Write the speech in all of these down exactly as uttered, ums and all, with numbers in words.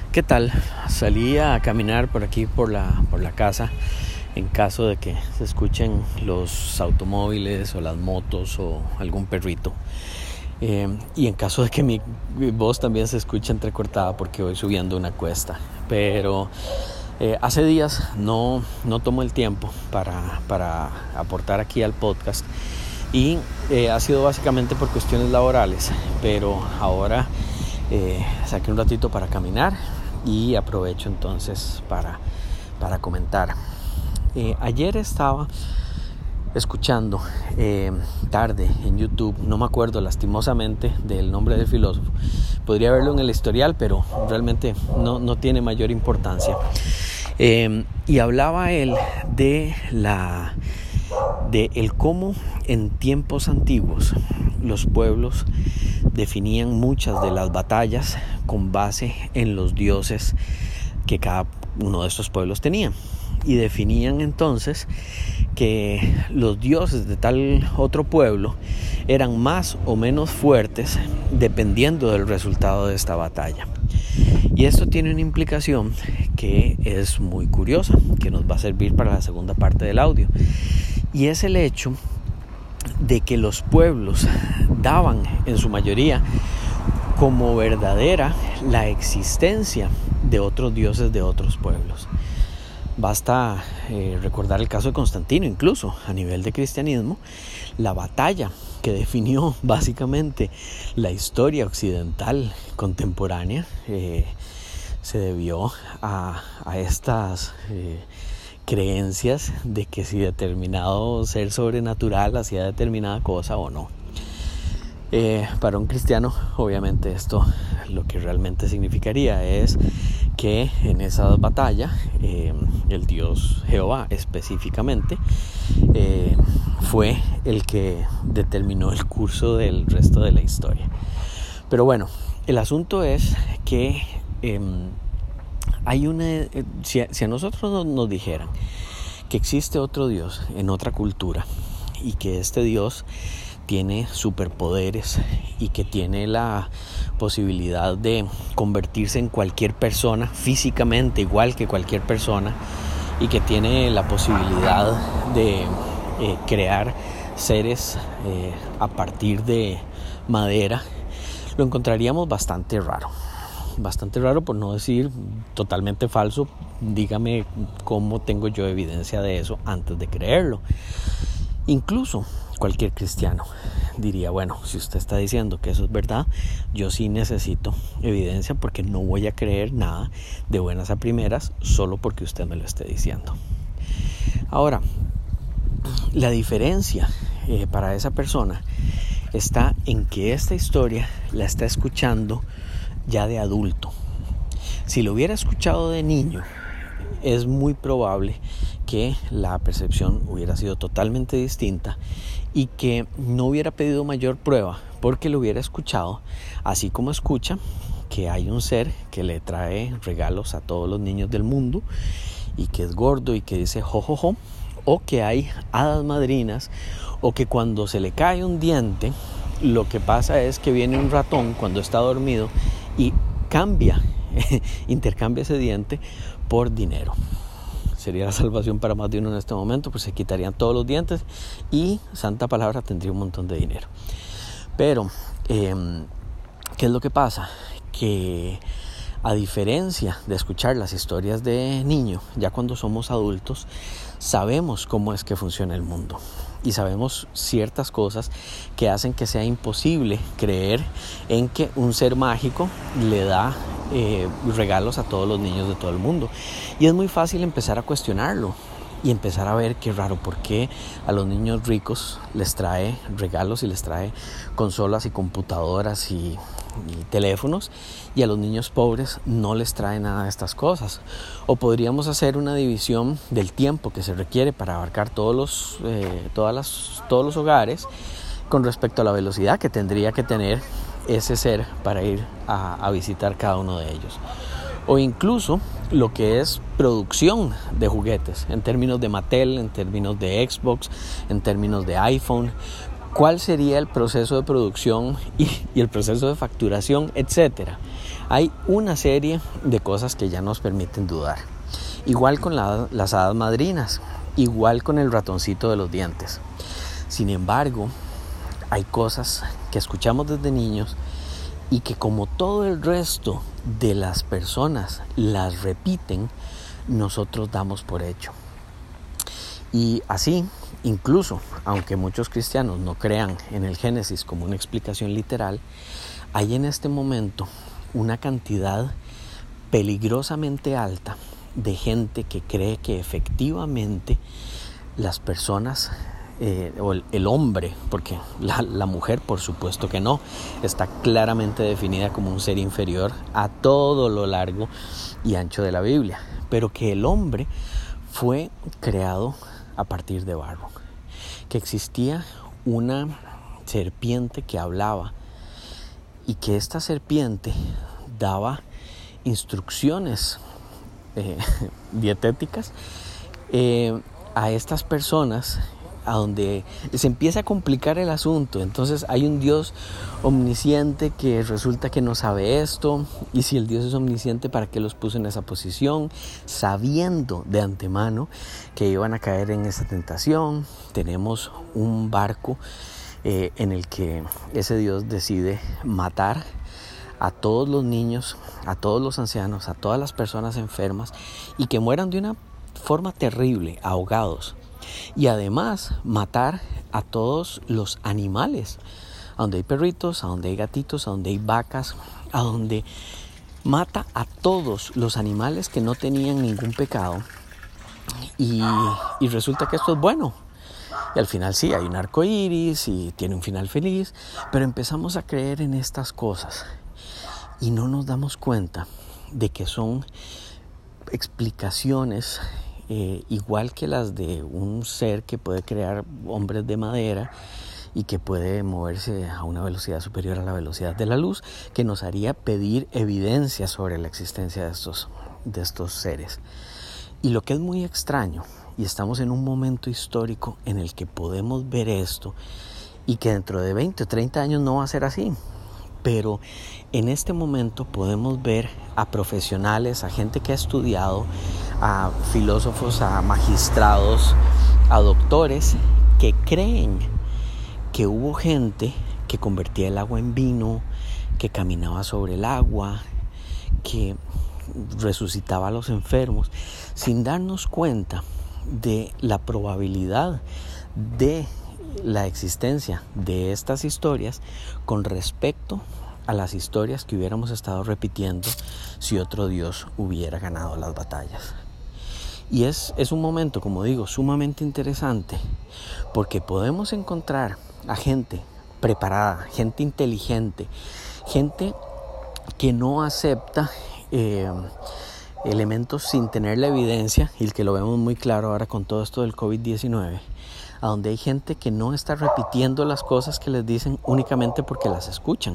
¿Qué tal? Salí a caminar por aquí por la, por la casa en caso de que se escuchen los automóviles o las motos o algún perrito. Eh, y en caso de que mi, mi voz también se escuche entrecortada porque voy subiendo una cuesta. Pero eh, hace días no, no tomo el tiempo para, para aportar aquí al podcast. Y eh, ha sido básicamente por cuestiones laborales. Pero ahora eh, saqué un ratito para caminar. Y aprovecho entonces para, para comentar. Eh, ayer estaba escuchando eh, tarde en YouTube, no me acuerdo lastimosamente del nombre del filósofo. Podría verlo en el historial, pero realmente no, no tiene mayor importancia. Eh, y hablaba él de la de el cómo en tiempos antiguos los pueblos definían muchas de las batallas con base en los dioses que cada uno de estos pueblos tenía, y definían entonces que los dioses de tal otro pueblo eran más o menos fuertes dependiendo del resultado de esta batalla. Y esto tiene una implicación que es muy curiosa, que nos va a servir para la segunda parte del audio, y es el hecho de que los pueblos daban en su mayoría como verdadera la existencia de otros dioses de otros pueblos. Basta eh, recordar el caso de Constantino, incluso a nivel de cristianismo, la batalla que definió básicamente la historia occidental contemporánea eh, se debió a, a estas eh, creencias de que si determinado ser sobrenatural hacía determinada cosa o no. Eh, para un cristiano, obviamente, esto lo que realmente significaría es que en esa batalla eh, el Dios Jehová específicamente eh, fue el que determinó el curso del resto de la historia. Pero bueno, el asunto es que eh, hay una eh, si, a, si a nosotros nos, nos dijeran que existe otro Dios en otra cultura y que este Dios tiene superpoderes y que tiene la posibilidad de convertirse en cualquier persona físicamente igual que cualquier persona, y que tiene la posibilidad de eh, crear seres eh, a partir de madera, lo encontraríamos bastante raro. Bastante raro, por no decir totalmente falso. Dígame cómo tengo yo evidencia de eso antes de creerlo. Incluso cualquier cristiano diría, bueno, si usted está diciendo que eso es verdad, yo sí necesito evidencia, porque no voy a creer nada de buenas a primeras solo porque usted me lo esté diciendo. Ahora, la diferencia eh, para esa persona está en que esta historia la está escuchando ya de adulto. Si lo hubiera escuchado de niño, es muy probable que la percepción hubiera sido totalmente distinta y que no hubiera pedido mayor prueba, porque lo hubiera escuchado así como escucha que hay un ser que le trae regalos a todos los niños del mundo y que es gordo y que dice jojojo, jo, jo, o que hay hadas madrinas, o que cuando se le cae un diente lo que pasa es que viene un ratón cuando está dormido y cambia, intercambia ese diente por dinero. Sería la salvación para más de uno en este momento, pues se quitarían todos los dientes y Santa Palabra tendría un montón de dinero. Pero, eh, ¿qué es lo que pasa? Que a diferencia de escuchar las historias de niño, ya cuando somos adultos, sabemos cómo es que funciona el mundo. Y sabemos ciertas cosas que hacen que sea imposible creer en que un ser mágico le da eh, regalos a todos los niños de todo el mundo. Y es muy fácil empezar a cuestionarlo y empezar a ver qué raro, por qué a los niños ricos les trae regalos y les trae consolas y computadoras y, y teléfonos, y a los niños pobres no les trae nada de estas cosas. O podríamos hacer una división del tiempo que se requiere para abarcar todos los, eh, todas las, todos los hogares con respecto a la velocidad que tendría que tener ese ser para ir a, a visitar cada uno de ellos. O incluso lo que es producción de juguetes, en términos de Mattel, en términos de Xbox, en términos de iPhone. ¿Cuál sería el proceso de producción y, y el proceso de facturación, etcétera? Hay una serie de cosas que ya nos permiten dudar. Igual con la, las hadas madrinas, igual con el ratoncito de los dientes. Sin embargo, hay cosas que escuchamos desde niños y que, como todo el resto de las personas las repiten, nosotros damos por hecho. Y así, incluso, aunque muchos cristianos no crean en el Génesis como una explicación literal, hay en este momento una cantidad peligrosamente alta de gente que cree que efectivamente las personas, eh, o el, el hombre, porque la, la mujer por supuesto que no, está claramente definida como un ser inferior a todo lo largo y ancho de la Biblia, pero que el hombre fue creado a partir de barro, que existía una serpiente que hablaba y que esta serpiente daba instrucciones eh, dietéticas eh, a estas personas, a donde se empieza a complicar el asunto. Entonces hay un Dios omnisciente que resulta que no sabe esto, y si el Dios es omnisciente, ¿para qué los puso en esa posición? Sabiendo de antemano que iban a caer en esa tentación. Tenemos un barco eh, en el que ese Dios decide matar a todos los niños, a todos los ancianos, a todas las personas enfermas, y que mueran de una forma terrible, ahogados. Y además matar a todos los animales, a donde hay perritos, a donde hay gatitos, a donde hay vacas, a donde mata a todos los animales que no tenían ningún pecado. Y, y resulta que esto es bueno. Y al final sí, hay un arco iris y tiene un final feliz, pero empezamos a creer en estas cosas y no nos damos cuenta de que son explicaciones Eh, igual que las de un ser que puede crear hombres de madera y que puede moverse a una velocidad superior a la velocidad de la luz, que nos haría pedir evidencia sobre la existencia de estos, de estos seres. Y lo que es muy extraño, y estamos en un momento histórico en el que podemos ver esto, y que dentro de veinte o treinta años no va a ser así, pero en este momento podemos ver a profesionales, a gente que ha estudiado, a filósofos, a magistrados, a doctores que creen que hubo gente que convertía el agua en vino, que caminaba sobre el agua, que resucitaba a los enfermos, sin darnos cuenta de la probabilidad de la existencia de estas historias con respecto a las historias que hubiéramos estado repitiendo si otro Dios hubiera ganado las batallas. Y es, es un momento, como digo, sumamente interesante, porque podemos encontrar a gente preparada, gente inteligente, gente que no acepta eh, elementos sin tener la evidencia, y el que lo vemos muy claro ahora con todo esto del covid diecinueve, a donde hay gente que no está repitiendo las cosas que les dicen únicamente porque las escuchan.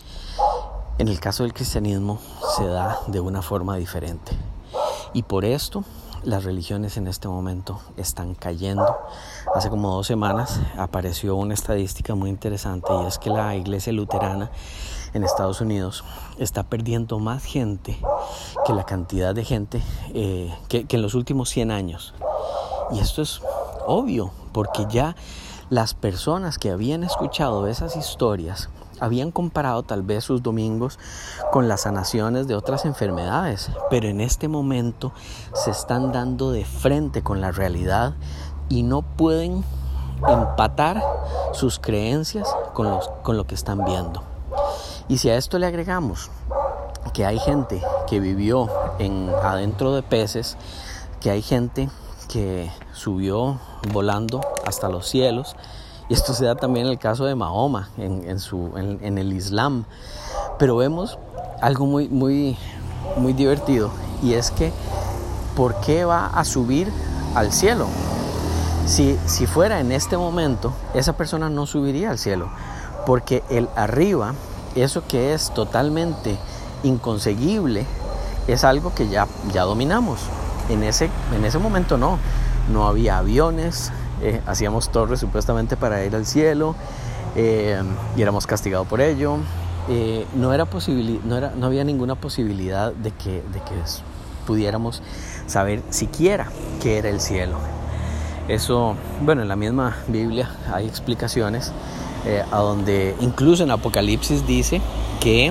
En el caso del cristianismo se da de una forma diferente, y por esto las religiones en este momento están cayendo. Hace como dos semanas apareció una estadística muy interesante, y es que la iglesia luterana en Estados Unidos está perdiendo más gente que la cantidad de gente eh, que, que en los últimos cien años. Y esto es obvio, porque ya las personas que habían escuchado esas historias habían comparado tal vez sus domingos con las sanaciones de otras enfermedades, pero en este momento se están dando de frente con la realidad y no pueden empatar sus creencias con, los, con lo que están viendo. Y si a esto le agregamos que hay gente que vivió en, adentro de peces, que hay gente que subió volando hasta los cielos, y esto se da también en el caso de Mahoma, en, en, su, en, en el Islam. Pero vemos algo muy, muy, muy divertido, y es que ¿por qué va a subir al cielo? Si, si fuera en este momento, esa persona no subiría al cielo, porque el arriba, eso que es totalmente inconseguible, es algo que ya, ya dominamos. En ese, en ese momento no, no había aviones. Eh, hacíamos torres supuestamente para ir al cielo, eh, y éramos castigados por ello. eh, no, era posibili- no, era, no había ninguna posibilidad de que, de que pudiéramos saber siquiera qué era el cielo. Eso, bueno, en la misma Biblia hay explicaciones eh, a donde incluso en Apocalipsis dice que,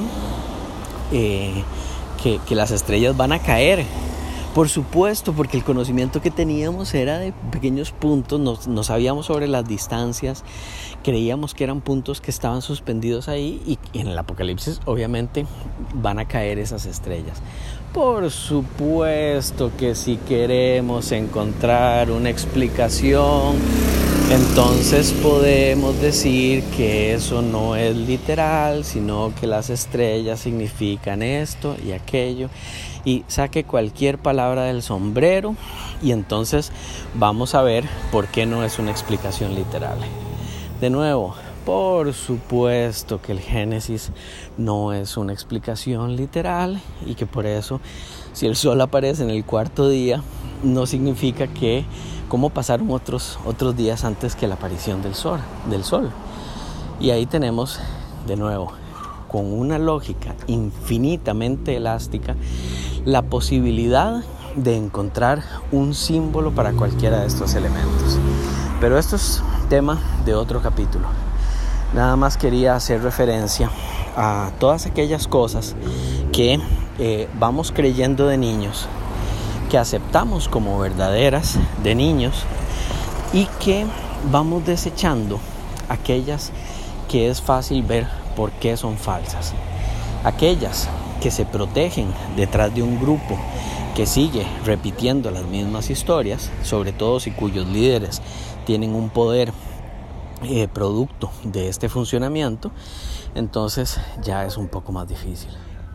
eh, que, que las estrellas van a caer. Por supuesto, porque el conocimiento que teníamos era de pequeños puntos, no, no sabíamos sobre las distancias, creíamos que eran puntos que estaban suspendidos ahí y, y en el Apocalipsis obviamente van a caer esas estrellas. Por supuesto que si queremos encontrar una explicación, entonces podemos decir que eso no es literal, sino que las estrellas significan esto y aquello. Y saque cualquier palabra del sombrero y entonces vamos a ver por qué no es una explicación literal. De nuevo, por supuesto que el Génesis no es una explicación literal y que por eso si el sol aparece en el cuarto día no significa que cómo pasaron otros, otros días antes que la aparición del sol, del sol. Y ahí tenemos de nuevo, con una lógica infinitamente elástica, la posibilidad de encontrar un símbolo para cualquiera de estos elementos. Pero esto es tema de otro capítulo. Nada más quería hacer referencia a todas aquellas cosas que eh, vamos creyendo de niños, que aceptamos como verdaderas de niños y que vamos desechando aquellas que es fácil ver por qué son falsas. Aquellas que se protegen detrás de un grupo que sigue repitiendo las mismas historias, sobre todo si cuyos líderes tienen un poder eh, producto de este funcionamiento, entonces ya es un poco más difícil.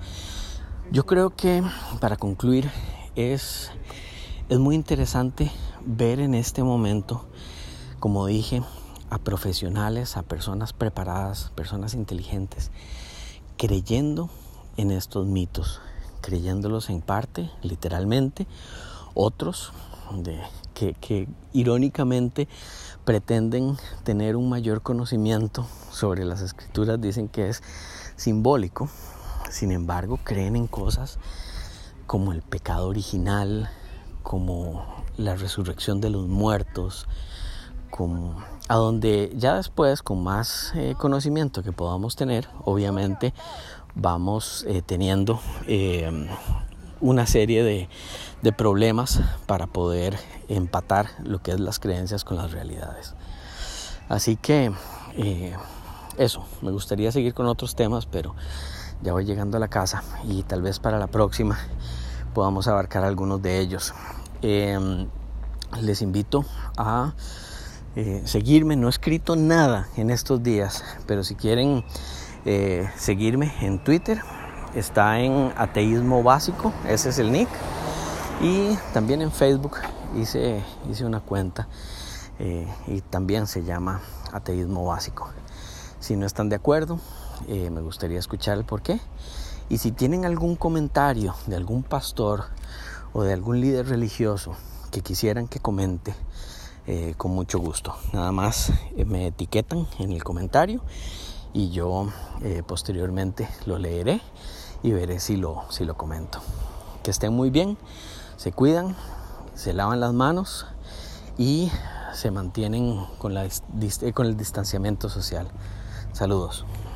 Yo creo que para concluir es, es muy interesante ver en este momento, como dije, a profesionales, a personas preparadas, personas inteligentes, creyendo en estos mitos, creyéndolos en parte, literalmente, otros de, que, que irónicamente pretenden tener un mayor conocimiento sobre las escrituras, dicen que es simbólico, sin embargo creen en cosas como el pecado original, como la resurrección de los muertos, como a donde ya después con más eh, conocimiento que podamos tener, obviamente vamos eh, teniendo eh, una serie de, de problemas para poder empatar lo que es las creencias con las realidades. Así que eh, eso, me gustaría seguir con otros temas, pero ya voy llegando a la casa y tal vez para la próxima podamos abarcar algunos de ellos. Eh, les invito a eh, seguirme, no he escrito nada en estos días, pero si quieren Eh, seguirme en Twitter, está en Ateísmo Básico, ese es el nick, y también en Facebook hice, hice una cuenta eh, y también se llama Ateísmo Básico. Si no están de acuerdo, eh, me gustaría escuchar el porqué, y si tienen algún comentario de algún pastor o de algún líder religioso que quisieran que comente, eh, con mucho gusto, nada más eh, me etiquetan en el comentario y yo eh, posteriormente lo leeré y veré si lo, si lo comento. Que estén muy bien, se cuidan, se lavan las manos y se mantienen con, la, con el distanciamiento social. Saludos.